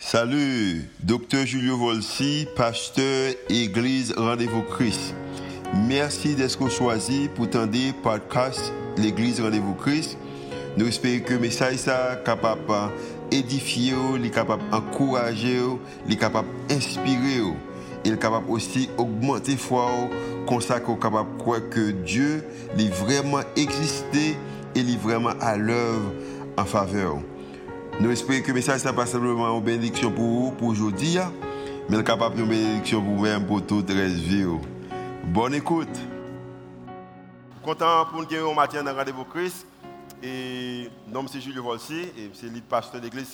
Salut, Docteur Julio Volsi, pasteur Église Rendez-vous Christ. Merci d'être choisi pour tendre podcast l'Église Rendez-vous Christ. Nous espérons que le message est capable d'édifier, capable d'encourager, capable d'inspirer, et capable aussi d'augmenter la foi, comme ça qu'on est capable de croire que Dieu est vraiment existé et est vraiment à l'œuvre en faveur. Nous espérons que le message n'est pas simplement une bénédiction pour vous, pour aujourd'hui, mais capable de une bénédiction pour vous-même, pour toute la vie. Bonne écoute. Content pour nous gagner au matin dans Rendez-vous Christ. Et nom c'est Julio Volsi, et c'est le pasteur de l'église.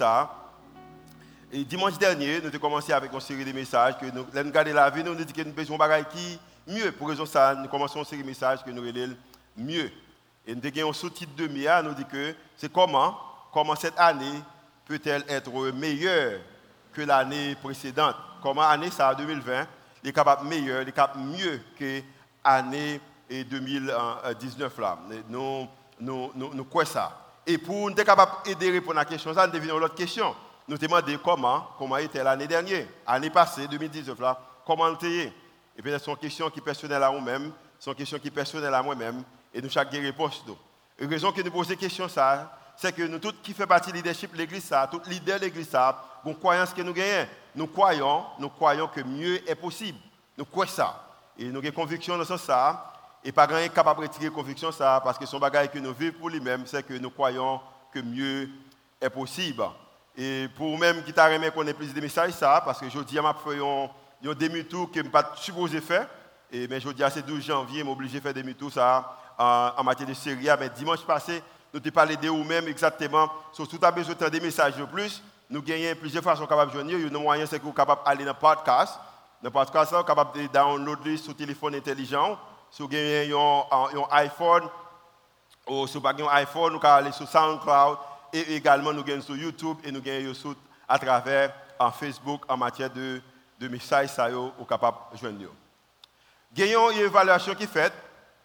Et dimanche dernier, nous avons commencé avec une série de messages que nous regardons la vie, nous dit que nous avons besoin de choses qui mieux. Pour raison ça, nous commençons une série de messages que nous regardons mieux. Et nous avons un sous-titre de Mia, nous dit que c'est comment cette année peut-elle être meilleure que l'année précédente. Comment l'année 2020 est capable meilleure, est capable mieux que l'année 2019 là. Nous croyons ça. Et pour nous être capable d'aider à répondre à la question, ça, nous devons l'autre question. Nous demandons comment était l'année dernière, l'année passée, 2019 là, comment était. Et puis, c'est une question qui est personnelle à nous-mêmes, c'est une question qui est personnelle à moi-même, et nous chaque réponse. La raison que nous posons cette question, c'est que nous tous qui faisons partie du leadership de l'église, tous les leaders de l'église, nous croyons ce que nous gagnons. Nous croyons que mieux est possible. Nous croyons ça. Et nous avons conviction dans ce sens. Et pas grand capable de retirer conviction ça parce que son bagage que nous vivons pour lui-même, c'est que nous croyons que mieux est possible. Et pour même qui t'a remis qu'on ait plus de messages ça parce que je dis m'a fait un demi-tour que je pas supposé faire et mais je dis c'est 12 janvier m'obligé faire demi-tour ça en matière de série mais dimanche passé nous t'ai parlé de vous-même exactement sur tout à besoin de des messages de plus, nous gagnons plusieurs façons capables de joindre, un moyen c'est que vous capable aller dans le podcast. Dans le podcast vous capable de downloader sur téléphone intelligent. Si vous avez un iPhone, ou si vous n'avez pas un iPhone, vous pouvez aller sur SoundCloud et également nous gagnons sur YouTube et nous gagnons à travers Facebook en matière de messages, ça vous êtes capable de joindre. Nous avons une évaluation qui est faite,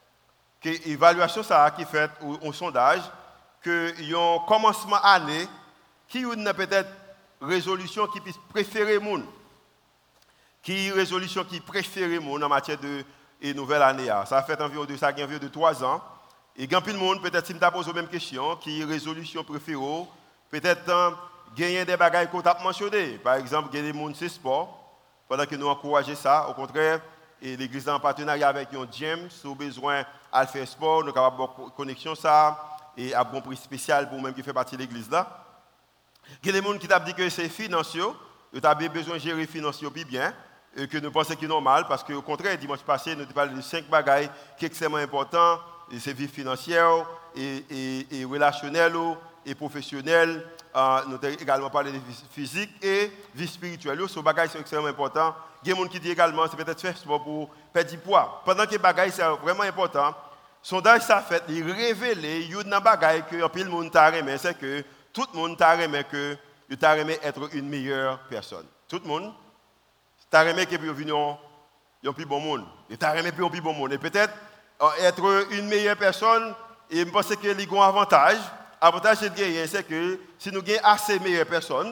un sondage, que un commencement d'année qui a peut-être résolution qui puisse préférer monde. Qui résolution qui préférer monde en matière de et nouvelle année. Ça fait environ de 3 ans. Et il y a plein de monde, peut-être si je me pose la même question, qui résolution préférée, peut-être gagner des bagages qu'on a mentionné. Par exemple, gagner des monde c'est sport, pendant que nous encourageons ça. Au contraire, et l'église est en partenariat avec un gym, si vous avez besoin de faire sport, nous avons une connexion ça, et à bon prix spécial pour même qui fait partie de l'église là. Il y a des gens qui t'ont dit que c'est financier, vous avez besoin de gérer financier plus bien. Et que nous pensons que c'est normal, parce qu'au contraire, dimanche passé, nous avons parlé de 5 bagages qui sont extrêmement importants, c'est vie financière, et relationnelle, et professionnelle. Nous avons également parlé de vie physique et vie spirituelle. Ces bagages sont extrêmement importants. Il y a des gens qui disent également que c'est peut-être faire sport pour perdre du poids. Pendant que les bagages sont vraiment importants, le sondage ça fait, il révèle, il y a un bagage que tout le monde t'a aimé, c'est que tout le monde t'a aimé être une meilleure personne. Tout le monde. T'as aimé que puis venir un plus bon monde. Et t'as aimé puis un plus bon monde. Et peut-être être une meilleure personne, et je pense que les avantage. L'avantage de gagner, c'est que si nous gagnons assez meilleures personnes,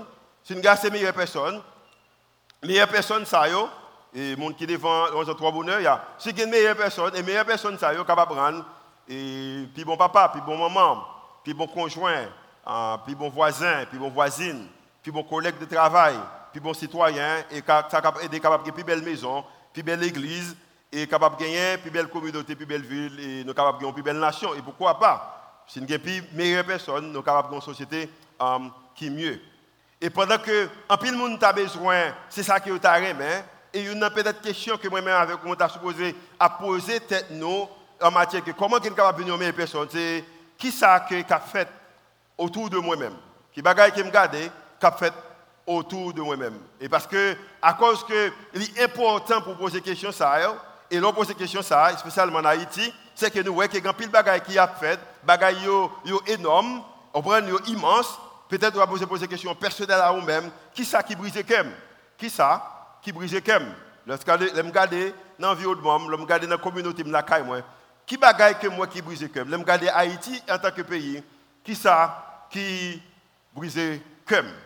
ça y est, et monde qui devant on trois bonheur, si gagne meilleures personnes, et meilleures personnes ça y est capable de prendre et puis bon papa, puis bon maman, puis bon conjoint, puis bon voisin, puis bon voisine, puis bon collègue de travail. Puis bon citoyen, et ça capable aider capable de plus belle maison, plus belle église, et capable de gagner plus belle communauté, plus belle ville, et nous capable de gagner plus belle nation. Et pourquoi pas? Si nous avons plus meilleure personne, nous capable de une société qui est mieux. Et pendant que en pile monde a besoin, c'est ça que vous avez aimé, et il y a peut-être question que moi-même avec vous t'a supposé à poser tête nous en matière que comment est capable de venir meilleure personne, c'est qui ça que qu'a fait autour de moi-même, qui bagaille qui me garde, qu'a fait autour de moi-même. Et parce que, à cause que c'est important pour poser question ça, et l'on pose question ça, spécialement en Haïti, c'est que nous voyons qu'il y a pile de bagages qui a fait, bagages énormes, on prend immense, peut-être on va poser question personnelle à nous-mêmes, qui ça qui brise Kem? Qui ça qui brise Kem? Lorsque je regarde dans l'environnement, je regarde dans la communauté, qui bagaille que moi qui brise Kem? Je regarde Haïti en tant que pays, qui ça qui brise Kem?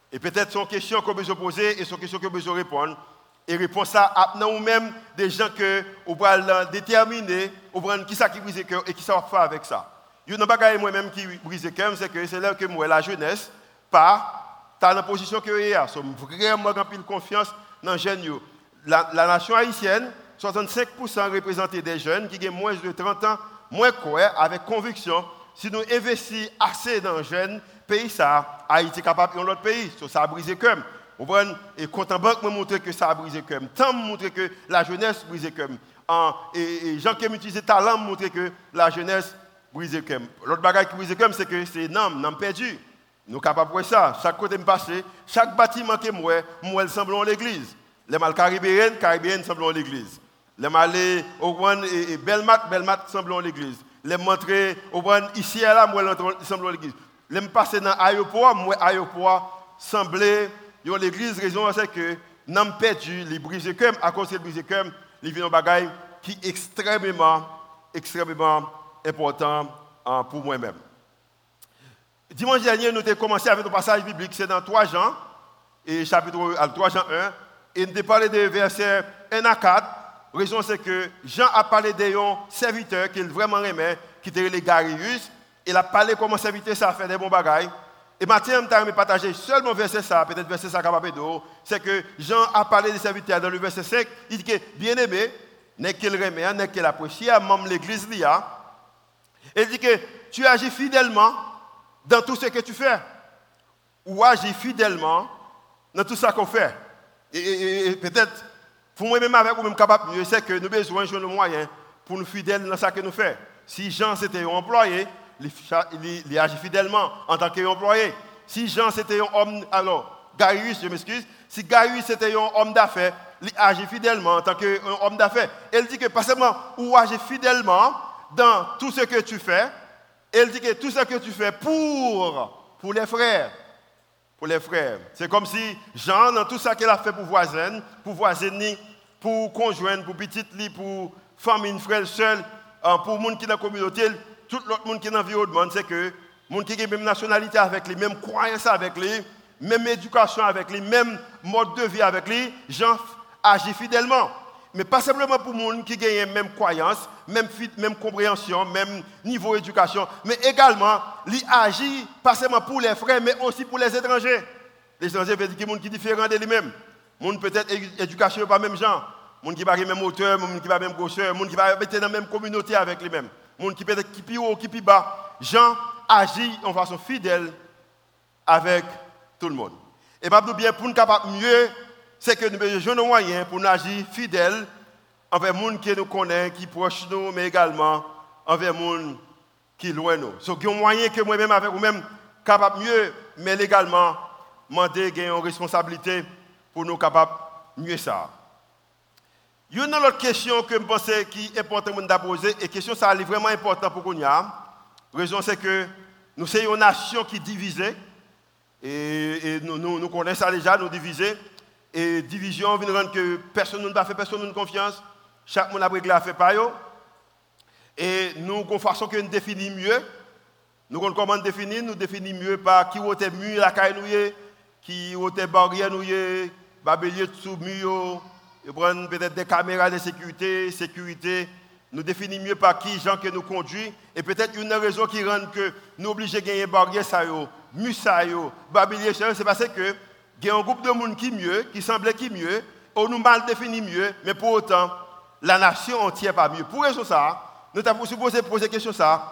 Et peut-être son question qu'on besoin poser et son question qu'on besoin répondre. Et répondre ça à nous-mêmes, des gens que on va déterminer, on va qui ça qui brise le cœur et qui ça va faire avec ça. Il y a un bagage moi-même qui brise le cœur, c'est que c'est là que moi, la jeunesse, pas dans la position que je suis. Nous vraiment remplis de confiance dans les jeunes. La nation haïtienne, 65% représentés des jeunes qui ont moins de 30 ans, moins quoi, avec conviction. Si nous investissons assez dans les jeunes, pays ça, Haïti est capable de l'autre pays. Ça a brisé le cœur. Et compte en banque me montre que ça a brisé le cœur. Tant me montre que la jeunesse brise le cœur. Et Jean qui utilise talent montre que la jeunesse brise le cœur. L'autre bagage qui brise le cœur, c'est que c'est non perdu. Nous sommes capables de ça. Chaque côté me passe, chaque bâtiment que moi semble l'église. Les mal caribéennes semblent l'église. Les mal au Rwanda et Belmat semblent l'église. Les montrer au Rwanda ici et là, moi semblent l'église. Les me passer dans l'aéroport semblait l'église. Raison c'est que nous avons perdu, les brise le cœur à cause de brise le cœur, il vient un bagage qui est extrêmement important pour moi-même. Dimanche dernier, nous avons commencé avec un passage biblique, c'est dans 3 Jean, et chapitre 3 Jean 1, et nous avons parlé des versets 1 à 4. La raison c'est que Jean a parlé d'un serviteur qu'il vraiment aimait, qui était le Garius. Il a parlé comment serviteur ça fait des bons bagages. Et Matthieu m'a partagé seulement verset ça, peut-être verset ça capable de c'est que Jean a parlé des serviteurs dans le verset 5, il dit que bien-aimé, n'est qu'il remet, n'est qu'il apprécie, même l'église l'IA. Il dit que tu agis fidèlement dans tout ce que tu fais. Ou agis fidèlement dans tout ce qu'on fait. Et peut-être, pour moi-même avec vous-même capable, je sais que nous avons besoin de moyens pour nous fidèles dans ce que nous faisons. Si Jean c'était un employé, il agit fidèlement en tant qu'employé. Si Jean c'était un homme, alors, Gaius, je m'excuse, si Gaius c'était un homme d'affaires, il agit fidèlement en tant qu'homme d'affaires. Elle dit que pas seulement ou agit fidèlement dans tout ce que tu fais, elle dit que tout ce que tu fais pour les frères. Pour les frères. C'est comme si Jean, dans tout ça qu'il a fait pour voisins, pour conjoints, pour petites, pour famille, frères, seuls, pour les gens qui sont dans la communauté, tout l'autre monde qui est dans l'environnement, c'est que les gens qui ont la même nationalité avec lui, même croyance avec lui, même éducation avec lui, même mode de vie avec lui, Jean agit fidèlement. Mais pas simplement pour les gens qui ont la même croyance, même compréhension, même niveau d'éducation, mais également, il agit pas seulement pour les frères, mais aussi pour les étrangers. Les étrangers veulent dire qu'il y a des gens qui sont différents de lui-même. Les gens peut-être éducation pas même genre, les gens qui ne sont pas la même hauteur, les gens qui ne sont pas la même grosseur, les gens qui ne sont pas dans la même communauté avec lui-même. Les gens qui peut-être qui plus haut, qui plus bas. Jean agit en façon fidèle avec tout le monde. Et pas bien pour nous capables mieux, c'est que nous avons besoin de moyens pour nous agir fidèles envers les gens qui nous connaissent, qui sont proches de nous, mais également envers les gens qui sont loin de nous. Donc, il y a un moyen que moi-même, avec vous-même, capable mieux, mais également, demander une responsabilité pour nous capables mieux ça. Il y a une autre question que je pense qui est importante de poser, et question ça est vraiment importante pour nous. La raison c'est que nous sommes une nation qui est divisée, et nous connaissons ça déjà, nous divisés. Et division vient rendre que personne ne va faire personne de confiance. Chaque monde a réglé à faire par eux. Et nous, de façon que nous définissons mieux, nous comment définir, nous définissons mieux par qui était mur la caille nous, qui était barrière nous, babelier sous mur, et prendre peut-être des caméras de sécurité. Nous définissons mieux par qui gens que nous conduisons. Et peut-être une raison qui rend que nous obligés de gagner barrière ça yo, mur ça yo, babelier ça, c'est parce que il y a un groupe de monde qui mieux, qui semblait qui mieux, on nous mal définit mieux, mais pour autant, la nation entière pas mieux. Pour raison ça, nous avons supposé poser la question ça,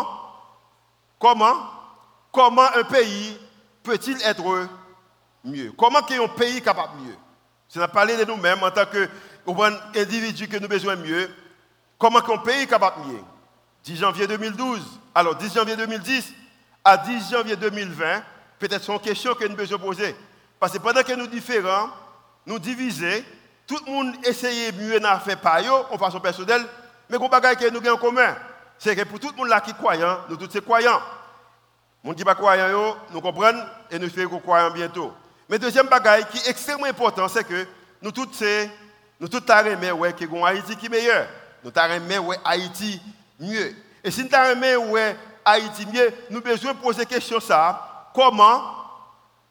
comment un pays peut-il être mieux? Comment un pays capable mieux? C'est à parler de nous-mêmes en tant qu'individus que nous avons besoin mieux. Comment un pays capable mieux? 10 janvier 2012, alors 10 janvier 2010 à 10 janvier 2020, peut-être sont questions que nous devons poser. Parce que pendant que nous différents, nous divisons, tout le monde essaye mieux d'en faire par eux, en façon personnelle, mais le bagage que nous avons en commun, c'est que pour tout le monde là qui est croyant, nous tous sommes croyants. Les gens qui ne sont pas croyants, nous comprenons et nous faisons croyants bientôt. Mais deuxième bagage qui est extrêmement important, c'est que nous tous aimons ouais, que Haïti qui est meilleur. Nous aimons ouais, Haïti mieux. Et si nous aimons ouais, Haïti mieux, nous avons besoin de poser la question ça, comment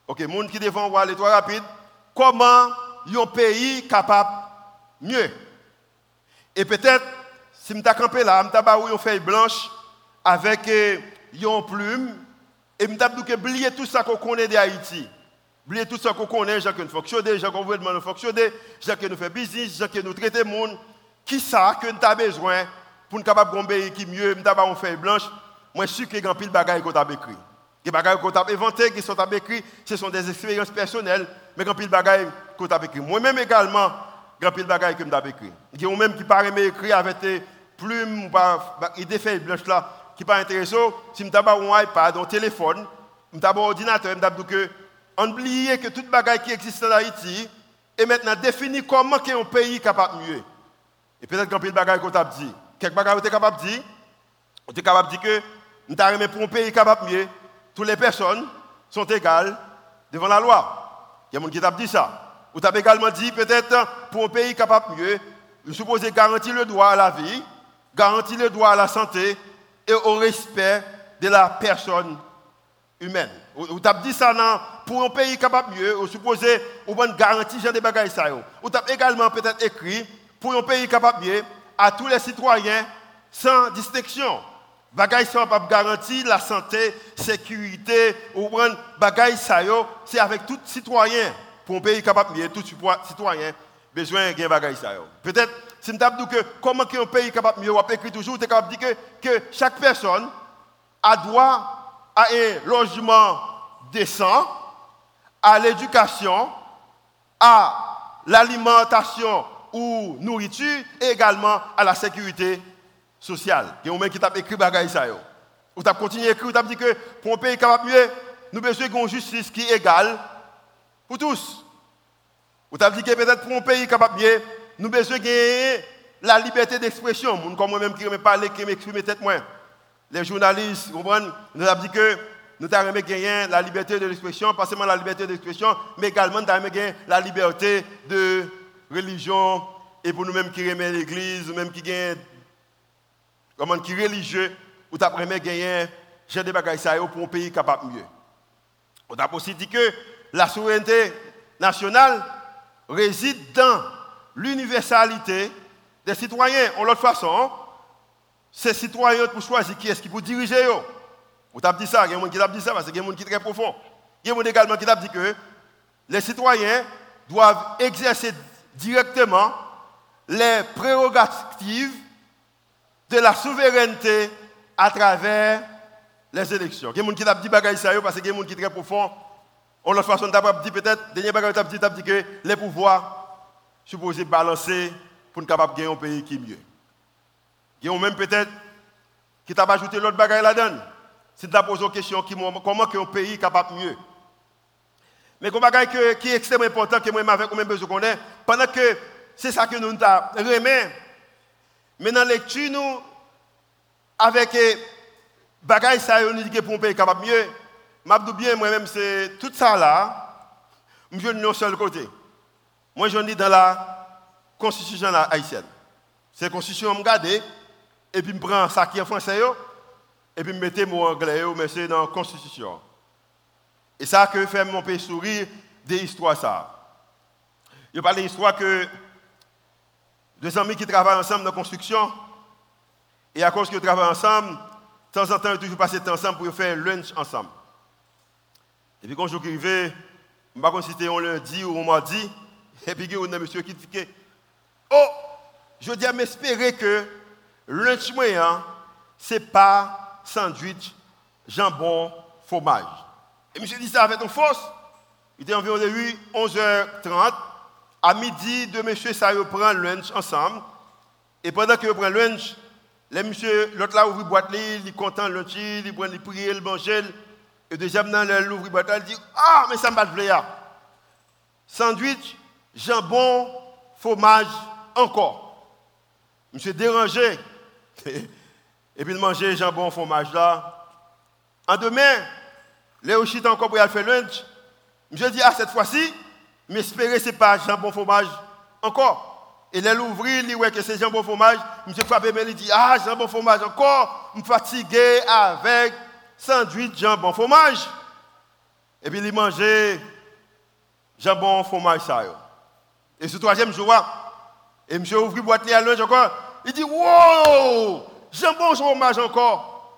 OK, monde qui devant voir les trois rapides, comment un pays capable mieux. Et peut-être si m'ta campé là, m'ta ba ou une feuille blanche avec une plume et m'ta dit que oublier tout ça qu'on connaît d'Haïti. Oublier tout ça qu'on connaît, gens que nous fonctionner, gens qu'on veut demander fonctionner, gens que nous fait business, gens que nous traiter monde, qui ça que nous avons besoin pour nous capable de pays qui mieux, m'ta ba une feuille blanche, moi je suis que grand pile bagaille qu'on t'a écrit. Les bagages qu'on t'a inventé, qui sont écrits, ce sont des expériences personnelles, mais grand pile bagaille qu'on t'a écrit. Moi-même également, grand pile bagaille que m'ta écrit. Il y a même qui paraît écrit avec des plumes ou des feuilles blanches là qui pas intéressant, si m'ta ba un iPad, un téléphone, m'ta ba un ordinateur, m'ta dit que on oublie que toute bagaille qui existe en Haïti est maintenant définie comment qu'un pays capable mieux. Et peut-être grand pile bagaille qu'on t'a dit, quelques bagages on est capable de dire, on est capable de dire que m'ta remet pour un pays capable mieux. Toutes les personnes sont égales devant la loi. Il y a des gens qui t'a dit ça. Ou t'a également dit peut-être pour un pays capable mieux, vous supposez garantir le droit à la vie, garantir le droit à la santé et au respect de la personne humaine. Ou t'a dit ça non, pour un pays capable mieux, vous supposez ou bonne garantie genre des bagages ça. Ou t'a également peut-être écrit pour un pays capable mieux à tous les citoyens sans distinction. Bagay ça pas garantir la santé, sécurité ou prendre bagay ça c'est avec tout citoyen pour un pays capable de tout citoyen besoin de bagay ça. Peut-être si me dit que comment un pays capable mieux on écrit toujours tu capable de dire que chaque personne a droit à un logement décent, à l'éducation, à l'alimentation ou nourriture et également à la sécurité social. Il y a un mec qui t'a écrit bagaille ça yo. Ou t'a continué à écrire, ou t'a dit que pour un pays capable mieux, nous avons besoin d'une justice qui est égale pour tous. Ou t'a dit que peut-être pour un pays capable mieux, nous avons besoin de la liberté d'expression. Moun comme moi-même qui me parler, qui m'exprimer tête moi. Les journalistes, vous comprenez, nous avons dit que nous avons gagné la liberté de l'expression, pas seulement la liberté d'expression, mais également nous avons gagné la liberté de religion et pour nous-mêmes qui remet l'église, nous-mêmes qui gagnent comment qui religieux ou t'as premier gagner j'ai des bagages ça pour un pays capable mieux. On a aussi dit que la souveraineté nationale réside dans l'universalité des citoyens. En l'autre façon, ces citoyens pour choisir qui est-ce qui pour diriger eux. On t'a dit ça, il y a des gens qui t'a dit ça parce qu'il y a des gens qui sont très profonds. Il y a des gens également qui t'a dit que les citoyens doivent exercer directement les prérogatives de la souveraineté à travers les élections. Il y a des gens qui t'a dit bagaille ça parce qu'il y a des gens qui sont très profonds. En l'autre façon, t'as dit peut-être, dernier bagaille t'as dit que les pouvoirs supposés balancer pour être capable de gagner un pays qui est mieux. Il y a même peut-être qui t'a ajouté l'autre bagaille là-dedans. Si tu as posé une question, comment un pays est capable de mieux. Mais un bagaille qui est extrêmement important, que moi avec moi besoin de connaître, pendant que c'est ça que nous avons remis. Mais dans la lecture, nous, avec bagaille ça, nous dit que pour un pays capable de mieux, je dis bien, moi-même, c'est tout ça là, je ne suis pas seul côté. Moi, je dis dans la constitution haïtienne. C'est la constitution, je regarde, et puis je prends ça qui est français, et puis je mets le mot anglais, mais c'est dans la constitution. Et ça que fait mon pays sourire des histoires ça. Je parle d'histoire que deux amis qui travaillent ensemble dans la construction, et à cause qu'ils travaillent ensemble, de temps en temps, ils ont toujours passé de temps ensemble pour faire lunch ensemble. Et puis quand je suis arrivé, je ne sais pas si c'était un lundi ou un mardi, et puis il y a un monsieur qui dit oh, je dis à m'espérer que lunch moyen, ce n'est pas sandwich, jambon, fromage. Et monsieur dit ça avec une force. Il était environ 11h30. À midi, deux messieurs, ça prend lunch ensemble. Et pendant qu'ils prennent lunch, les messieurs, l'autre là ouvre la boîte, il est content, lunch, il prend, il prie, il mange. Et deuxième, dans l'ouvre la boîte, il dit ah, mais ça m'a plaît. Sandwich, jambon, fromage, encore. Monsieur dérangé. Et puis il mangeait jambon, fromage là. En demain, les Oshita encore pour aller faire lunch. Je dis, cette fois-ci, m'espérer ce n'est pas jambon fromage encore. Et là, l'ouvrir, il voit que c'est jambon fromage. Je frappe, il dit, jambon fromage encore. Je suis fatigué avec sandwich jambon fromage. Et puis il mangeait jambon, fromage, ça. Et ce troisième jour, et monsieur ouvre boîte à lunch encore. Il dit, wow, jambon, fromage encore.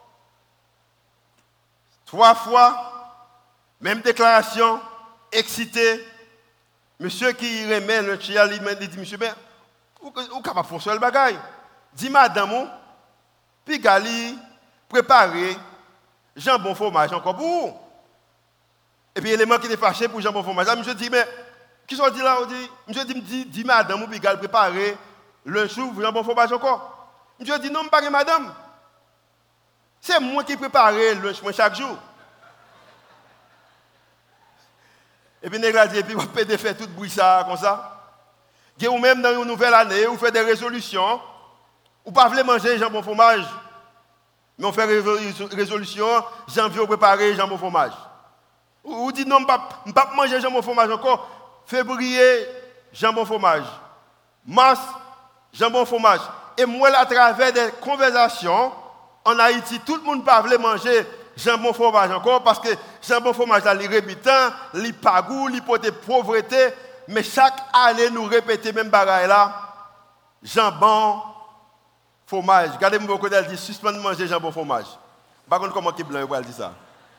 3 fois, même déclaration, excité. Monsieur qui remet le chia, il dit, monsieur, vous êtes capable de faire seul bagaille. Dis madame, puis Gali, préparer jambon, fromage encore pour vous. Et puis l'élément qui est fâché pour jambon, fromage. Là, monsieur dit, mais, qui sont dit là? Monsieur dit, dis madame, puis Gali, préparer le chou, jambon, fromage encore. Monsieur dit, non, pas madame. C'est moi qui prépare le chou chaque jour. Et puis, nous dit, et puis, vous pouvez faire tout bruit ça, comme ça. Ou même dans une nouvelle année, vous faites des résolutions. Vous ne pouvez pas manger jambon fromage. Mais on fait résolution, janvier, vous préparez jambon fromage. Vous dites non, je ne peux pas manger jambon fromage encore. Février, jambon fromage. Mars, jambon fromage. Et moi, à travers des conversations, en Haïti, tout le monde ne peut pas manger jambon fromage encore parce que jambon fromage, là, il est rébitant, il n'est pas goût, il porte pauvreté. Mais chaque année, nous répétons même bagaille là. Jambon, fromage. Regardez-moi beaucoup d'elle dit suspendre manger jambon fromage. Par contre, comment qui blanc elle dit ça?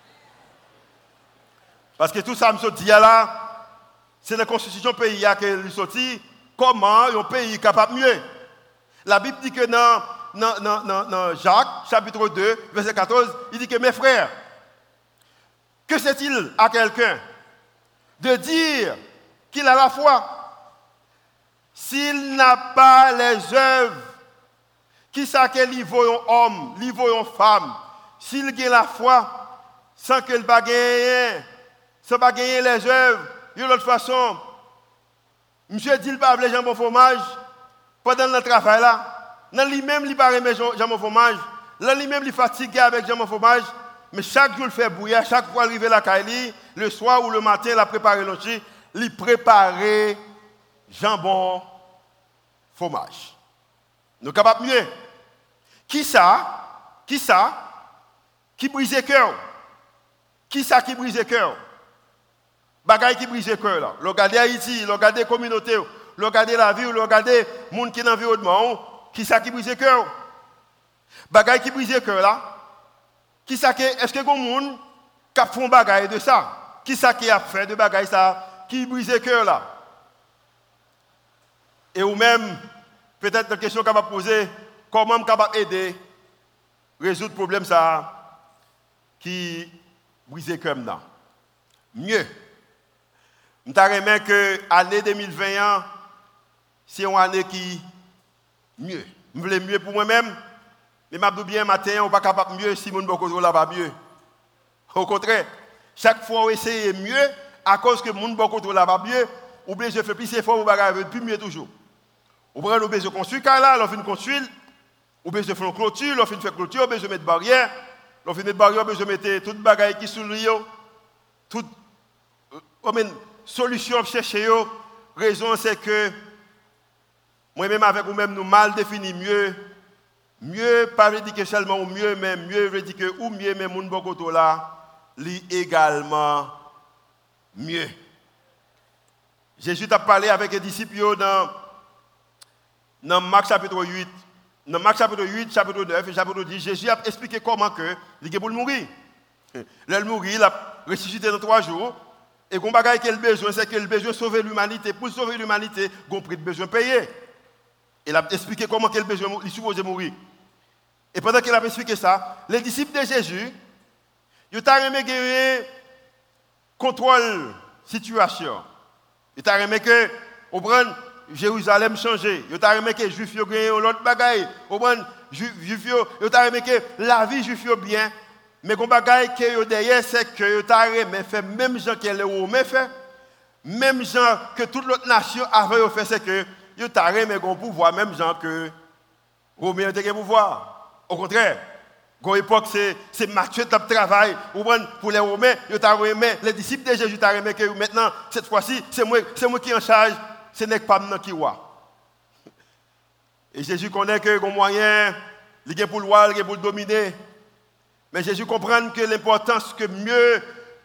Parce que tout ça, me dit là, c'est la constitution pays qui est sorti. Comment un pays est capable de mieux? La Bible dit que dans Jacques, chapitre 2, verset 14, il dit que mes frères, que c'est-il à quelqu'un de dire qu'il a la foi s'il n'a pas les œuvres? Qui ça que lui vaut un homme, lui vaut une femme, s'il a la foi sans qu'il ne gagne, sans pas gagner les œuvres, de l'autre façon, monsieur dit qu'il ne peut pas jambon fromage pendant le travail là. Dans lui-même, il ne peut pas aimer jambon fromage. Dans lui-même, il est fatigué avec jambon fromage. Mais chaque jour, il fait bouillir. Chaque fois, il arrive à la caille, le soir ou le matin, il a préparé le lunch. Il prépare jambon fromage. Nous sommes capables de mieux. Qui brise le cœur? Qui ça qui brise le cœur? Bagaille qui brise le cœur là. Regardez Haïti, regardez la communauté, regardez la vie, regardez les gens qui sont dans l'environnement. Qui ça qui brise le cœur? Bagaille qui brise le cœur là. Qui ça qui est-ce que les gens qui font bagaille de ça? Qui ça qui a fait de bagaille ça qui brise le cœur là? Et ou même peut-être la question qu'on va poser, comment je suis capable d'aider résoudre le problème ça qui brise le cœur là? Mieux. Je t'aimerais que l'année 2021, c'est une année qui mieux. Je voulais mieux pour moi-même, mais je dis bien matin, on n'est pas capable de mieux si mon ne là pas mieux. Au contraire, chaque fois on essaye mieux, à cause que mon ne là pas mieux, ou bien je fais plus d'efforts pour ne plus mieux toujours. Ou bien on besoin de construire là, on fait une construire, ou bien je fais une clôture, on fait une clôture, on besoin de mettre barrière, on fait une barrière, on besoin de mettre toute bagaille qui sous le rio, toute solution chercher yo. Raison c'est que moi-même avec vous-même nous mal définir mieux. Mieux pas veut dire que seulement mieux, mais mieux veut dire que ou mieux mais mon bokoto là, li également mieux. Jésus a parlé avec les disciples dans Marc chapitre 8. Dans Marc chapitre 8, chapitre 9 et chapitre 10, Jésus a expliqué comment que il est pour mourir. Là, il mourit, il a ressuscité dans 3 jours. Et qu'on bagaille quel besoin, c'est que le besoin de sauver l'humanité. Pour sauver l'humanité, on prix de besoin payé. Il a expliqué comment quel besoin il supposé mourir. Et pendant qu'il a expliqué ça, les disciples de Jésus, ils ont remis que contrôle situation. Ils ont remis que au prendre Jérusalem changer. Ils ont remis que les Juifs ont gagné l'autre bagaille. Au prendre Juifs, ils ont remis que la vie Juif bien. Mais qu'on bagaille que yo derrière c'est que yo t'a remet fait même gens que les Romains fait, même gens que toute l'autre nation avait fait c'est que yo t'a remet gon pouvoir même gens que Romains ont pouvoir. Au contraire, gon époque c'est Matthieu qui travaille pour les Romains, yo t'a remet les disciples de Jésus t'a remet que maintenant cette fois-ci c'est moi qui en charge, ce n'est pas moi qui roi. Et Jésus connaît que gon moyen, il est pour le roi, il est pour le dominer. Mais Jésus comprend que l'importance que mieux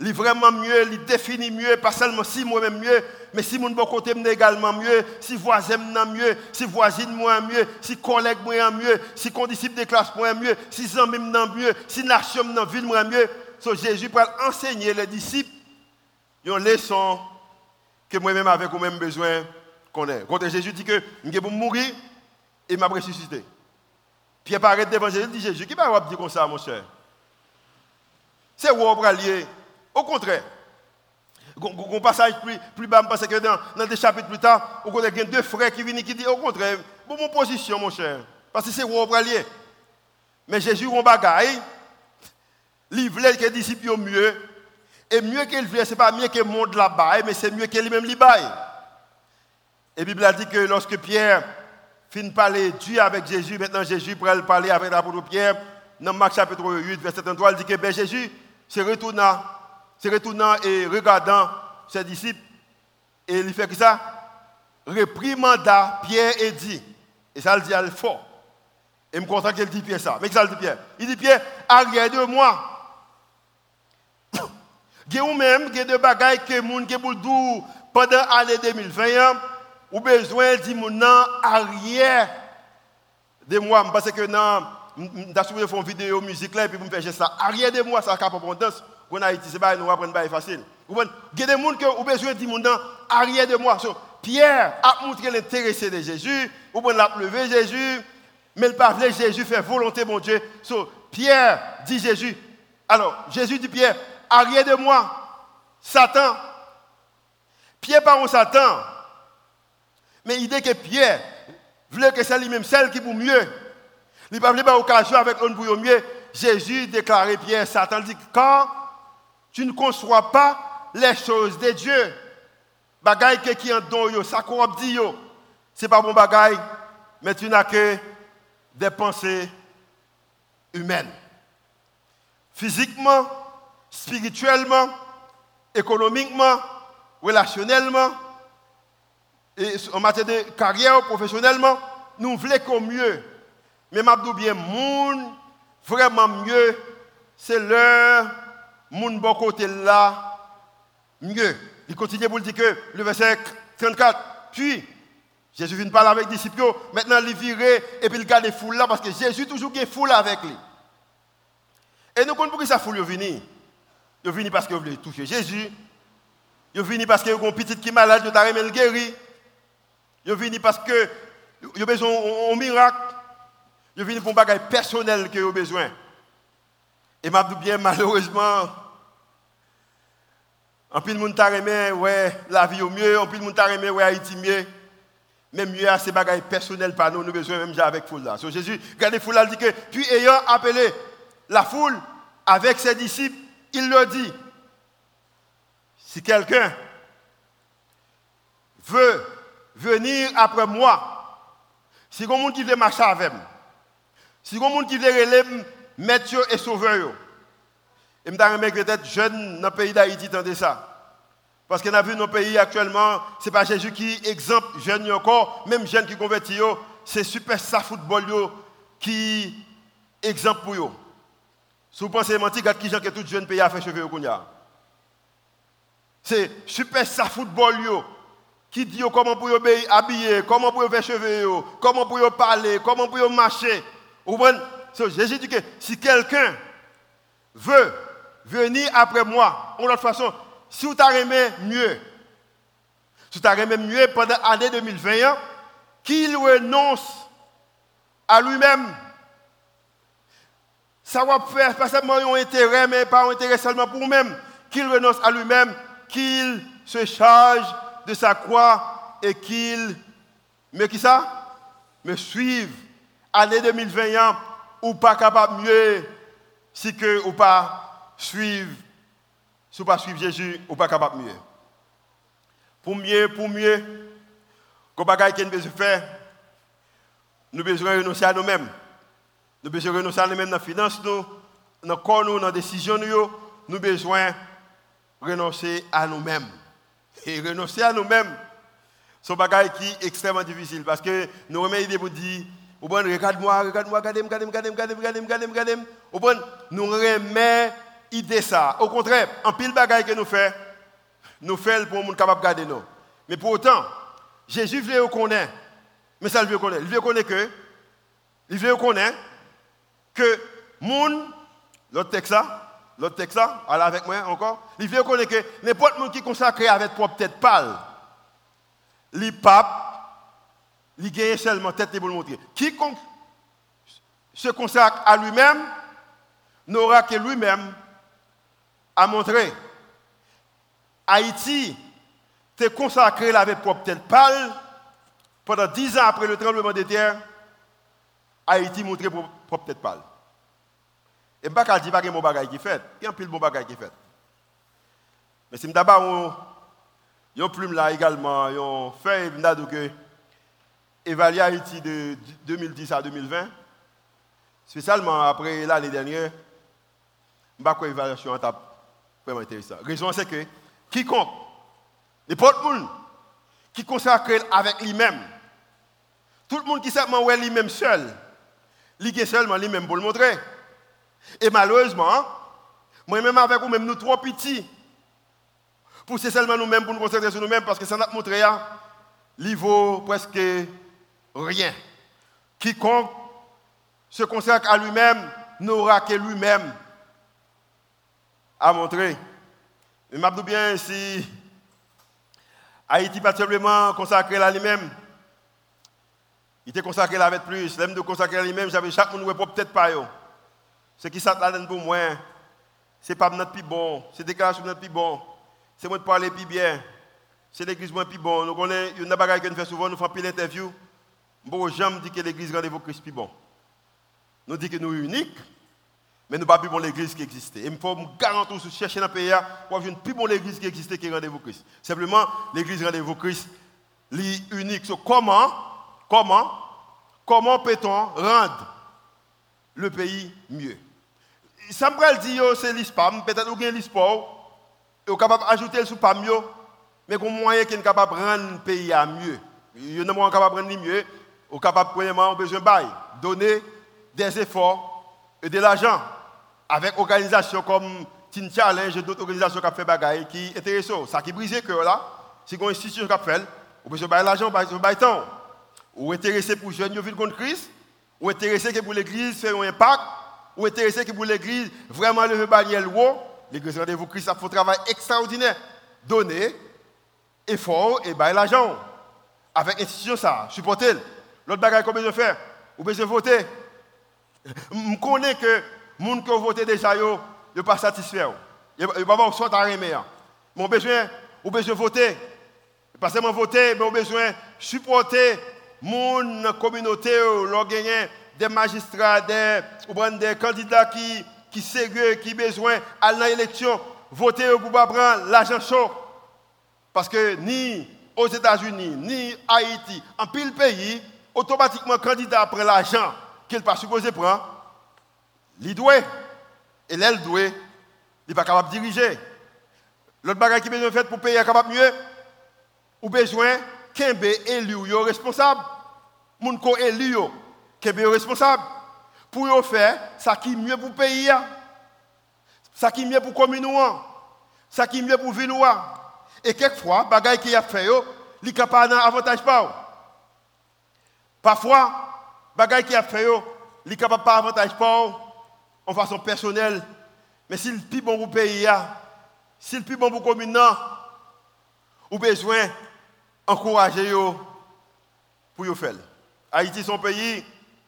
Il est vraiment mieux, il définit mieux, pas seulement si moi-même mieux, mais si mon bon côté m'est également mieux, si voisin m'est mieux, si voisine moi mieux, si collègue moi mieux, si condisciple de classe moi mieux, si amis m'est mieux, si nation m'est ville moi mieux. So, Jésus peut enseigner les disciples une leçon que moi-même avec moi-même besoin qu'on ait. Quand Jésus dit que je vais mourir et m'a ressuscité. Pierre paraît devant Jésus, dit Jésus, qui va dire comme ça, mon cher? C'est où on va lier. Au contraire, un passage plus bas, parce que dans des chapitres plus tard, on a deux frères qui viennent qui disent au contraire, bon, mon position, mon cher, parce que c'est où on va lier. Mais Jésus, on bagaille, il voulait que les disciples soient mieux, et mieux qu'il voulait, ce n'est pas mieux que le monde là-bas, mais c'est mieux que lui-même là-bas. Et la Bible a dit que lorsque Pierre finit de parler Dieu avec Jésus, maintenant Jésus pourrait parler avec l'apôtre Pierre, dans Marc chapitre 8, verset 33, il dit que ben, Jésus se retournant et regardant ses disciples, et il fait que ça, réprimanda Pierre et dit, et ça le dit à fort, et je me content qu'il dit Pierre ça, mais que ça le dit Pierre, il dit Pierre, arrière de moi, il y a même des bagailles que les gens qui ont pendant l'année 2020, ou besoin de mon arrière de moi, parce que je suis fait une vidéo musique là, et puis je me fais ça, arrière de moi, ça a pas danse. En Haïti, c'est pas nous apprendre pas facile. Il y a des gens qui ont besoin de mon arrière de moi. So, Pierre a montré l'intéressé de Jésus, ou bien l'a levé Jésus, mais le pas voulait Jésus fait volonté mon Dieu. So, Pierre dit Jésus. Alors, Jésus dit Pierre, arrière de moi, Satan. Pierre pas un Satan. Mais l'idée que Pierre voulait que c'est lui-même celle qui pour mieux. Il n'a pas voulu occasion avec l'autre pour mieux. Jésus déclarait Pierre, Satan dit quand tu ne conçois pas les choses de Dieu. Bagaille qui en don yo, ça corrompt dit yo. C'est pas bon bagaille, mais tu n'as que des pensées humaines. Physiquement, spirituellement, économiquement, relationnellement, et en matière de carrière, professionnellement, nous voulons qu'au mieux. Mais m'abdou bien moun vraiment mieux, c'est leur moun bon côté là mieux. Il continue pour dire que le verset 34, puis Jésus vient parler avec les disciples, maintenant il vire et puis il garde les foules là parce que Jésus toujours une foule avec lui. Et nous comprenons pourquoi ça foule vient. Il vient parce qu'il veut toucher Jésus. Il vient parce qu'il y a un petit qui est malade, il a le guéri. Il vient parce que il a besoin d'un miracle. Il vient pour un bagage personnel qu'il a besoin. Et m'a dit bien malheureusement, en plus de monde t'a aimé ouais la vie au mieux, en plus de monde t'a aimé ouais Haïti mieux. Mais mieux à ces bagages personnels par nous besoin même avec foule là. So Jésus regardez foule là dit que puis ayant appelé la foule avec ses disciples, il leur dit si quelqu'un veut venir après moi, si quelqu'un qui veut marcher avec moi, si quelqu'un qui veut relever maître et sauveur, et je me peut-être jeune dans le pays d'Haïti entendez ça. Parce qu'on a vu dans le pays actuellement, ce n'est pas Jésus qui exemple jeune encore, même jeune qui convertit, c'est super ça football qui exemple pour eux. Si vous pensez mentir, regardez qui gens que tout jeune pays a fait cheveux au c'est super ça football qui dit comment pour habiller, comment pour faire cheveux, comment pour parler, comment pour marcher. Vous comprenez? Jésus dit que si quelqu'un veut venir après moi, en autre façon, si vous t'avez mieux, si vous t'avez mieux pendant l'année 2020, qu'il renonce à lui-même. Ça va faire pas seulement un intérêt, mais pas un intérêt seulement pour lui-même. Qu'il renonce à lui-même, qu'il se charge de sa croix et qu'il me suive. Année 2020, ou pas capable mieux, si que ou pas suivre. Si vous ne suivez pas Jésus, vous ne pas capable de mieux. Pour mieux, qu'on bagaille qu'on besoin faire, nous devons renoncer à nous-mêmes. Nous devons renoncer à nous-mêmes dans la finance, dans le corps, dans la décision, nous devons renoncer à nous-mêmes. Et renoncer à nous-mêmes, c'est un bagaille qui est extrêmement difficile parce que nous remettons l'idée pour dire, regarde-moi, regardez-moi. Nous remettons idée ça. Au contraire, en pile bagaille que nous faisons pour monde capable de garder nous. Mais pour autant, Jésus veut qu'on ait. Mais ça, il veut qu'on ait. Il veut qu'on ait que monde, l'autre texte là, allez avec moi encore. Il veut qu'on ait que n'importe monde qui consacré avec propre tête pâle, les papes, il gagne seulement tête pour le montrer. Quiconque se consacre à lui-même n'aura que lui-même à montrer. Haïti t'est consacré avec propre tête pâle pendant 10 ans après le tremblement de terre. Haïti montré propre tête pâle. Et je ne dis pas qu'il y a un bon bagage qui fait. Il y a un pile bon bagage qui fait. Mais si d'abord il y a une plume là également, il y a un fait que évaluer Haïti de 2010 à 2020, spécialement après l'année dernière, je ne sais pas l'évaluation est vraiment intéressante. La raison c'est que quiconque, n'importe qui qui consacre avec lui-même, tout le monde qui sait ouais lui-même seul, il est seulement lui-même pour le montrer. Et malheureusement, moi-même avec vous-même, nous trop petits, pour c'est seulement nous-mêmes pour nous concentrer sur nous-mêmes, parce que ça n'a montré, il vaut presque rien. Quiconque se consacre à lui-même n'aura que lui-même à montrer. Mais je me dis bien si Haïti pas simplement consacré à lui-même, il était consacré avec plus. L'aime de consacrer à lui-même, j'avais chaque monde peut-être pas yo. Ce qui s'attend là pour moi, c'est pas notre plus bon, c'est déclaration notre plus bon, c'est moi de parler plus bien, c'est l'église moins plus bon. Nous connaissons une bagaille que nous faisons souvent, nous faisons plus d'interviews. Bon, j'aime dire que l'église rendez-vous Christ plus bon. Nous disons que nous sommes uniques, mais nous ne sommes pas plus bon l'église qui existait. Et il faut me garantir, chercher dans le pays, pour avoir une plus bonne église qui existait qui rendez-vous Christ. Simplement, l'église rendez-vous Christ, est unique. So, comment peut-on rendre le pays mieux? Ça me dit que c'est l'ISPAM, peut-être que vous avez l'ISPOR, et vous êtes capable d'ajouter le sous-PAM, mais qu'on moyen qui est capable de rendre le pays mieux. Vous n'êtes pas capable de rendre mieux, vous êtes capable, premièrement, besoin de donner des efforts et de l'argent avec des organisations comme Teen Challenge et d'autres organisations qui ont fait des choses qui sont intéressantes. Ça qui brise le cœur là, c'est une institution qui a fait, vous besoin de l'argent, vous besoin de temps. Ou intéressé pour les jeunes qui vivent contre Christ, ou intéressé pour l'église faire un impact, ou intéressé pour l'église vraiment lever bannière haut, l'église rendez-vous Christ a fait un travail extraordinaire. Donner, effort et bailler l'argent. Avec l'institution ça, supporter. L'autre bagage qu'on besoin faire, ou besoin voter. Je connais que les gens qui ont voté déjà, ils ne sont pas satisfaits. Ils ne sont pas sortir à remettre. Mais on a besoin de voter. Pas seulement voter, mais on a besoin de supporter mon communauté, des magistrats, des candidats qui sérieux, qui ont besoin d'aller dans l'élection, voter pour prendre l'argent chaud. Parce que ni aux États-Unis, ni Haïti, en pile pays, automatiquement, candidat prend l'argent qu'il n'est pas supposé prendre, il doit. Et là, il doit, il n'est pas capable de diriger. L'autre bagage qui est besoin de faire pour payer capable mieux, ou besoin qu'un élu responsable. Moun ko élu qu'un responsable. Pour yo faire ça qui est mieux pour le pays, ça qui est mieux pour la commune, ça qui est mieux pour la ville. Et quelquefois, bagay qui a fait yo, li capable d'un avantage pas. Parfois, bagay qui a fait yo, li capable pas avantage pas en façon personnelle, mais si le plus bon pour le pays, si le plus bon pour la commune, ou besoin encourager yo pour yo faire. Haïti son pays,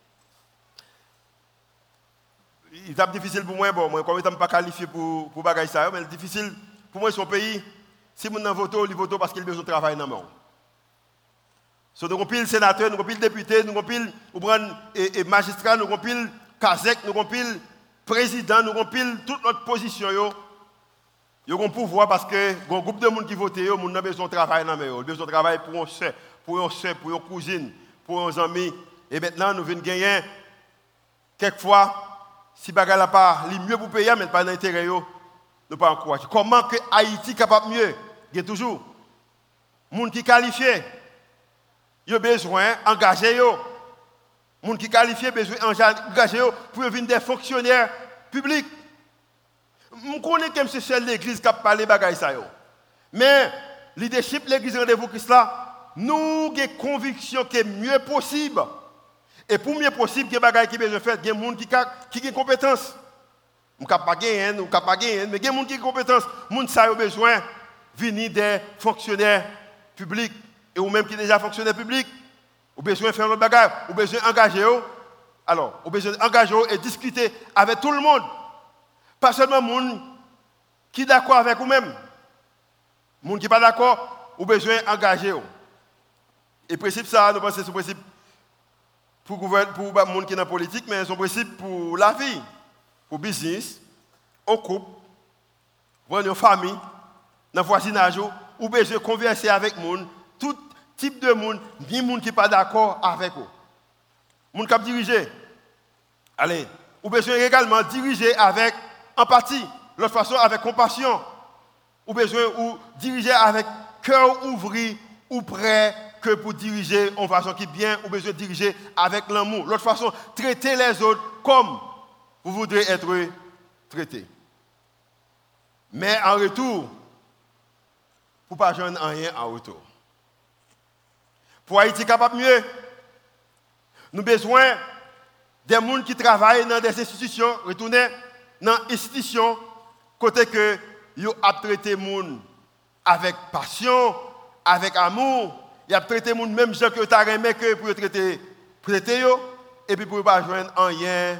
il est difficile pour moi, moi comme je ne suis pas qualifié pour bagay ça, mais difficile pour moi son pays. Si mon nan vote, il vote parce qu'il a besoin de travail dans le monde. So, nous avons pile sénateur, nous avons pile député, nous avons pile magistrat, nous avons pile kazek, nous avons pile président, nous avons pile toute notre position. Ils ont un pouvoir parce que un groupe de monde qui vote, ils ont besoin de travail dans le monde. Ils ont besoin de travail pour un soeur, pour une cousine, pour un ami. Et maintenant, nous venons gagner. Quelquefois, si bagay la pas, li mieux pour payer, mais pas d'intérêt, nous pas encourager. Comment que Haïti est capable de mieux? Il y a toujours. Les gens qui qualifiés, ils ont besoin d'engager. Les gens qui qualifiés ont besoin d'engager pour devenir des fonctionnaires publics. Je connais que c'est seul l'église qui a parlé de bagaille ça. Mais leadership l'église rendez-vous Christ là, nous avons conviction que mieux possible. Et pour mieux possible que bagaille qui besoin faire, il y a des gens qui ont des compétences. On ne peut pas gagner, mais il y a des gens qui ont des compétences. Les gens qui ont besoin de venir des fonctionnaires publics et ou même qui sont déjà fonctionnaires publics. Ou besoin de faire notre bagage, ou besoin d'engager. Alors, ou besoin d'engager et discuter avec tout le monde. Pas seulement les gens qui sont d'accord avec vous-même. Les gens qui ne sont pas d'accord, ou besoin d'engager. Et le principe, ça, nous pensons que c'est un principe pour les gens qui sont dans la politique, mais c'est un principe pour la vie, pour le business, au couple, pour une famille, dans le voisinage, ou besoin de converser avec les gens, tout type de monde, ni monde qui n'est pas d'accord avec vous. Monde qui diriger. Allez, ou besoin également diriger avec empathie, l'autre façon avec compassion. Ou besoin ou diriger avec cœur ouvert ou prêt que pour diriger en façon qui est bien, ou besoin de diriger avec l'amour. L'autre façon, traiter les autres comme vous voudrez être traités. Mais en retour, pour ne pas joindre rien en retour. Pour Haïti capable mieux, nous avons besoin des gens qui travaillent dans des institutions, retourner dans les institutions, côté que ils ont traité les gens avec passion, avec amour, ils ont traité les gens même gens que tu as aimé que pour traiter eux, et puis pour ne pas joindre rien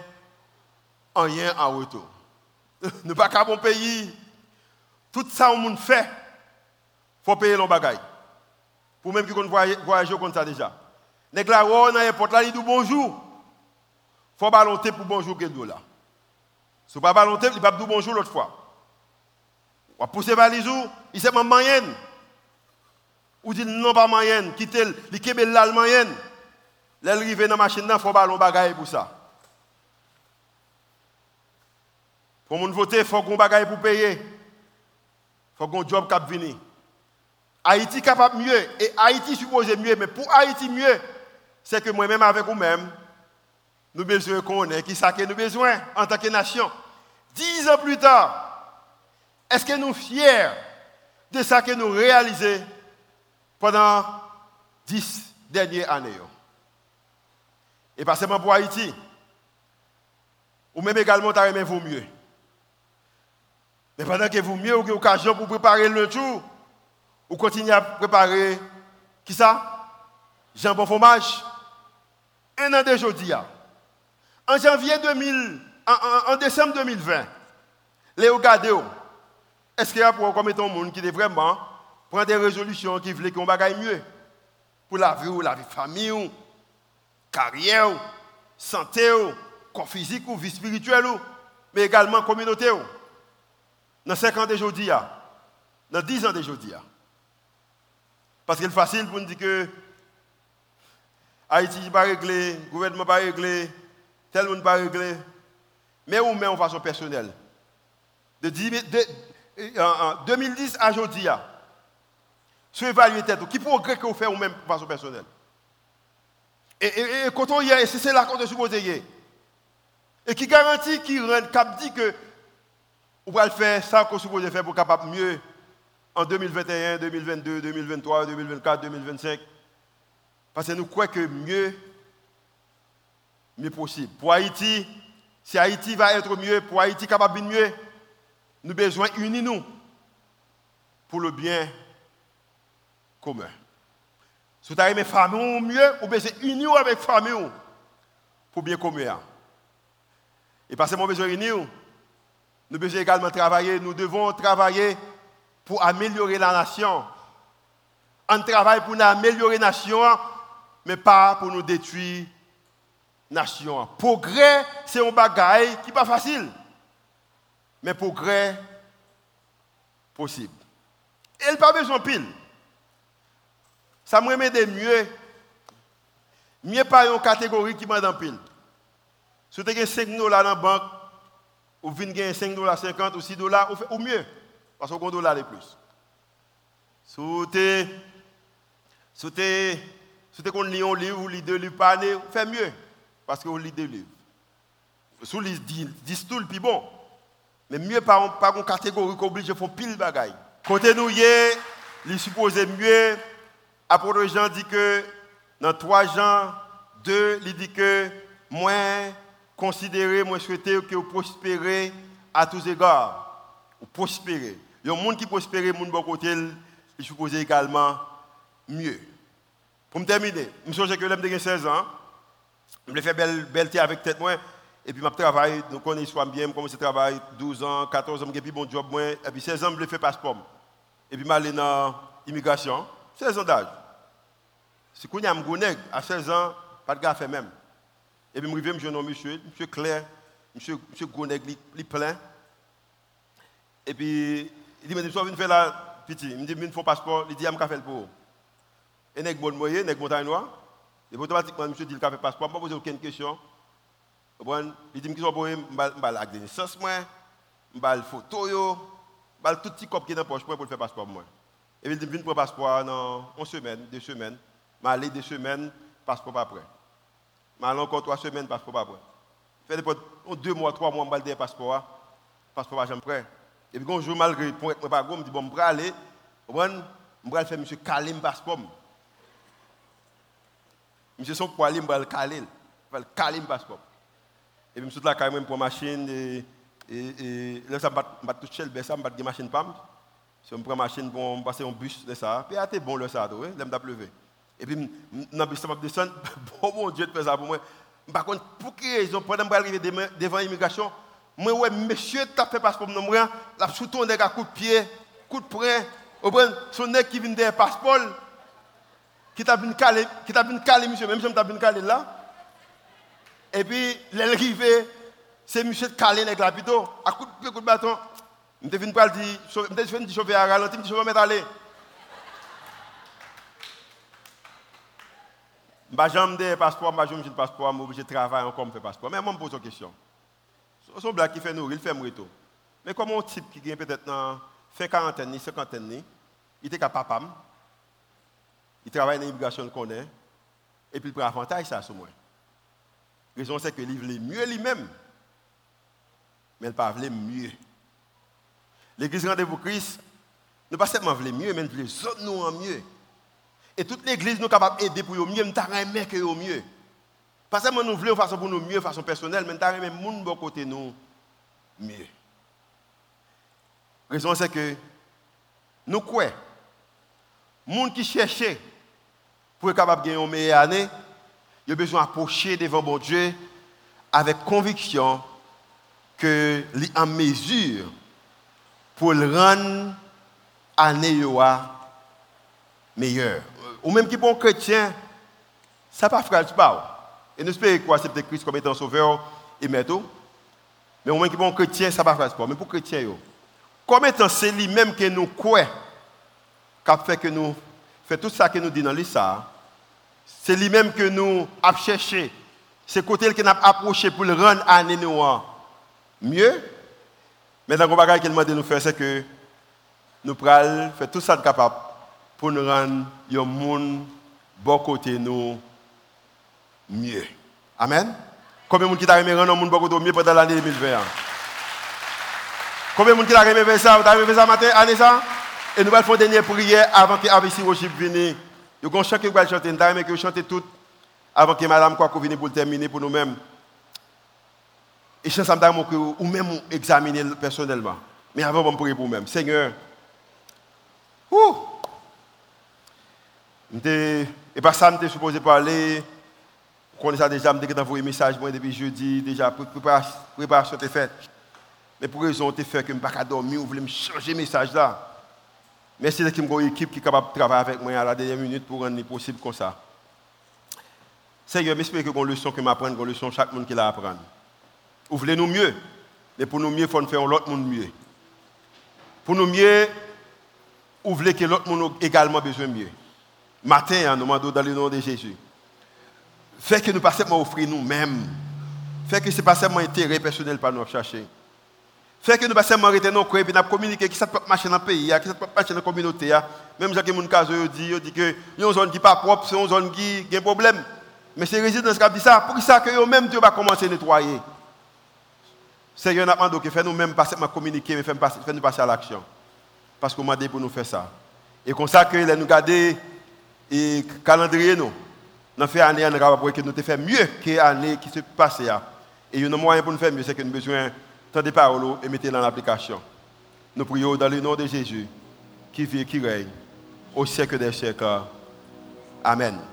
en retour. Nous ne sommes pas qu'un bon pays, tout ça que monde fait, il faut payer nos bagages. Pour même qui voyage comme ça déjà. Les gens qui sont l'aéroport, ils disent bonjour. Il faut ballonter pour bonjour que là. Si vous ne pas ballonter, il ne va pas dire bonjour l'autre fois. On va pousser valise, il sait pas moyenne. Ou dit non pas moyenne, quitter le Québec l'Allemagne. L'arrive dans la machine, il faut ballon bagaille pour ça. Pour moun voter, il faut qu'on bagaille pour payer. Il faut qu'on job cap venir. Haïti capable mieux et Haïti supposé mieux, mais pour Haïti mieux, c'est que moi-même avec vous-même, nous besoin connaître qui ça que nous besoin en tant que nation. 10 ans plus tard, est-ce que nous sommes fiers de ça que nous réalisons pendant 10 dernières années? Et pas seulement pour Haïti, ou même également t'as aimé vous mieux. Mais pendant que vous mieux, vous avez l'occasion pour préparer le tour, ou continuez à préparer, qui ça? Jambon fromage. Un an de jeudi. En janvier 2000, en décembre 2020, Léo Gadeo, est-ce qu'il y a pour comme un monde qui est vraiment prendre des résolutions qui veulent qu'on bagaille mieux pour la vie famille, carrière, santé, corps physique ou vie spirituelle, mais également communauté. Dans 5 ans de jeudi, dans 10 ans de jeudi. Parce que c'est facile pour nous dire que Haïti n'est pas réglé, le gouvernement n'est pas réglé, tel monde n'est pas réglé. Mais on met en façon personnelle. De 2010 à aujourd'hui, sur évaluer tête, qui progrès que vous faites vous-même de façon personnelle. Et quand on y est, c'est là qu'on est supposé y est. Et qui garantit, qui dit que vous pouvez faire ça qu'on est supposé faire pour capable mieux en 2021, 2022, 2023, 2024, 2025. Parce que nous croyons que mieux possible. Pour Haïti, si Haïti va être mieux, pour Haïti capable de mieux, nous avons besoin d'unir nous pour le bien commun. Si vous avez une famille mieux, vous besoin d'unir avec la famille pour le bien commun. Et parce que nous avons besoin d'unir, nous devons également travailler, nous devons travailler pour améliorer la nation. On travaille pour améliorer la nation, mais pas pour nous détruire la nation. Progrès, c'est un bagage qui n'est pas facile. Mais progrès possible. Et il n'y a pas besoin de pile. Ça me remet de mieux. Mieux pas une catégorie qui m'a dans pile. Si vous avez 5 $ dans la banque, ou vous avez 5,50 $ ou 6 $, ou mieux. Parce qu'on $1 de plus. Si vous avez un livre, ou 2 livres par année, vous faites mieux. Parce que vous lisez 2 livres. Si vous lisez 10 tout le plus bon. Mais mieux par une catégorie qui oblige à faire pile bagaille. Côté nous, il supposé mieux. Apôtre Jean dit que dans 3 Jean 2, il dit que moi considérer, moi souhaiter que vous prospérez à tous égards. Vous prospérez. Il y a un monde qui prospère, mon bon côté, il suppose également mieux. Pour me terminer, je me souviens que j'ai 16 ans, je fais belle thé avec tête moi, et puis je travaille, nous connaissons bien, je commence à travailler 12 ans, 14 ans, j'ai bon job moi, et puis 16 ans, je fais passeport. Et puis je suis allé dans l'immigration, 16 ans d'âge. Si je suis à 16 ans, pas de gars fait même. Et puis je me suis dit, monsieur Claire, monsieur Gouneg, il est plein. Et puis, il dit, mais je vais faire là, petit. Il me dit, il faut passeport. Il dit, je vais faire le pour. Et il y a bon moyen, il y a montagne noire. Et automatiquement, monsieur dit, il fait passeport. Je ne pose aucune question. Il dit, je vais faire la naissance, je vais faire la photo, je vais faire tout petit cop qui est dans la poche pour faire passeport. Et puis, il dit, je vais faire passeport dans 1 semaine, 2 semaines. Je vais aller 2 semaines, passeport pas après. Je vais aller encore 3 semaines, passeport pas après. Fait 2 mois, 3 mois, je vais faire passeport pas jamais prêt. Et puis, quand je joue malgré pour être pas gros, je me dis, bon, je vais aller, je vais faire monsieur caler mon passeport. Monsieur son poilier, je vais caler mon passeport. Et puis, je suis là quand même pour la machine, et là, ça m'a touché le bain, ça m'a battu la machine PAM. Je prends la machine pour passer un bus de ça. Puis, c'est bon le ça, là, je m'a pleuvé. Et puis, dans le bus, ça m'a descendu, bon Dieu, de faire ça pour moi. Par contre, pour quelle raison, pendant que je arriver devant l'immigration, moi, ouais, monsieur, tu as fait passeport pour moi, là, sous ton nez à coup de pied, coup de poing, son nez qui vient de passeport, qui t'a bien calé, monsieur, même si tu as bien calé là. Et puis, l'arrivée, c'est monsieur calé avec la plutôt, à coup de pied, coup de bâton. Je me suis dit, je me chauffeur à ralenti, je me mettre à aller. Je ne vais pas passeport, je ne passeport, je suis obligé de travailler encore pour faire passeport. Mais moi, je me pose une question. C'est un blague qui fait nourrir, il fait mourir. Mais comme un type qui vient peut-être dans fin quarantaine, 50, il était capable, il travaille dans l'immigration qu'on est, et puis il prend avantage ça sur moi. La raison c'est que il veut mieux lui-même, mais il ne veut pas mieux. L'église Rendez-vous Christ, ne pas seulement veut mieux, mais il veut les autres nous en mieux. Et toute l'église nous est capable d'aider pour mieux, mais nous avons que mieux. Pas seulement nous voulons façon pour nous mieux, façon personnelle, mais nous avons même monde bon côté nous mieux. La raison c'est que nous croyons, les gens qui cherchent pour être capable de gagner une meilleure année, ils ont besoin d'approcher devant bon Dieu avec conviction que est en mesure pour le rendre année meilleure. Ou même qui pour un chrétien, ça pas frère pas. Et nous espérons qu'on accepte Christ comme étant sauveur et maître. Mais au moins qui pour un chrétien, ça pas frère pas. Mais pour chrétien, comme étant c'est lui-même que nous croyons, qui fait que nous fait tout ça que nous dit dans l'Issa, c'est lui-même que nous avons cherché. C'est côté qu'il a approché pour le rendre à nous mieux. Mais dans le bagage qu'il m'a dit de nous faire, c'est que nous prenons faire tout ça de capable pour nous rendre le monde bon côté nous mieux. Amen. Combien de gens qui t'a aimé rendre le monde bon côté mieux pendant l'année 2020? Combien de gens qui t'a aimé faire ça? Vous avez aimé ça matin, année ça? Et nous allons faire une dernière prière avant que ABC Worship vienne. Nous allons chanter, nous allons chanter. Nous allons que chanter tout avant que Madame Kwaku vienne pour terminer pour nous-mêmes. Et je sens que nous même examiner personnellement. Mais avant, on va prier pour nous-mêmes. Seigneur, et par ça, je suis supposé parler. Vous connaissez ça déjà, je suis envoyé un message depuis jeudi, déjà, préparation est faite. Mais pour raison de faire que je ne peux pas dormir, vous voulez me changer le message là. Merci d'être une équipe qui est capable de travailler avec moi à la dernière minute pour rendre possible comme ça. Seigneur, j'espère que une leçon que m'apprendre, une leçon chaque monde qui l'a apprendre. Vous voulez nous mieux, mais pour nous mieux, il faut faire l'autre monde mieux. Pour nous mieux, vous voulez que l'autre monde ait également besoin de mieux. Matin, nous demandons dans le nom de Jésus. Fait que nous ne pas seulement offrir nous-mêmes. Fait que ce n'est pas seulement intérêt personnel pour nous chercher. Fait que nous ne pas seulement arrêter nos croix et nous communiquer qui ça peut marcher dans le pays, qui ça peut marcher dans la communauté. Même si les gens disent que c'est une zone qui n'est pas propre, c'est une zone qui a un problème. Mais c'est les résidents qui disent ça. Pour ça que eux-mêmes, Dieu va commencer à nettoyer. Seigneur, nous demandons que fait nous-mêmes passer à communiquer, mais fait nous passer à l'action. Parce qu'on m'a dit pour nous faire ça. Et comme ça, que nous garder le calendrier, nous fait année en rapport que nous te fait mieux que l'année qui s'est passée. Et il y a un moyen pour nous faire mieux, c'est que nous avons besoin de des paroles et mettre dans l'application. Nous prions dans le nom de Jésus, qui vit, qui règne, au siècle des siècles. Amen.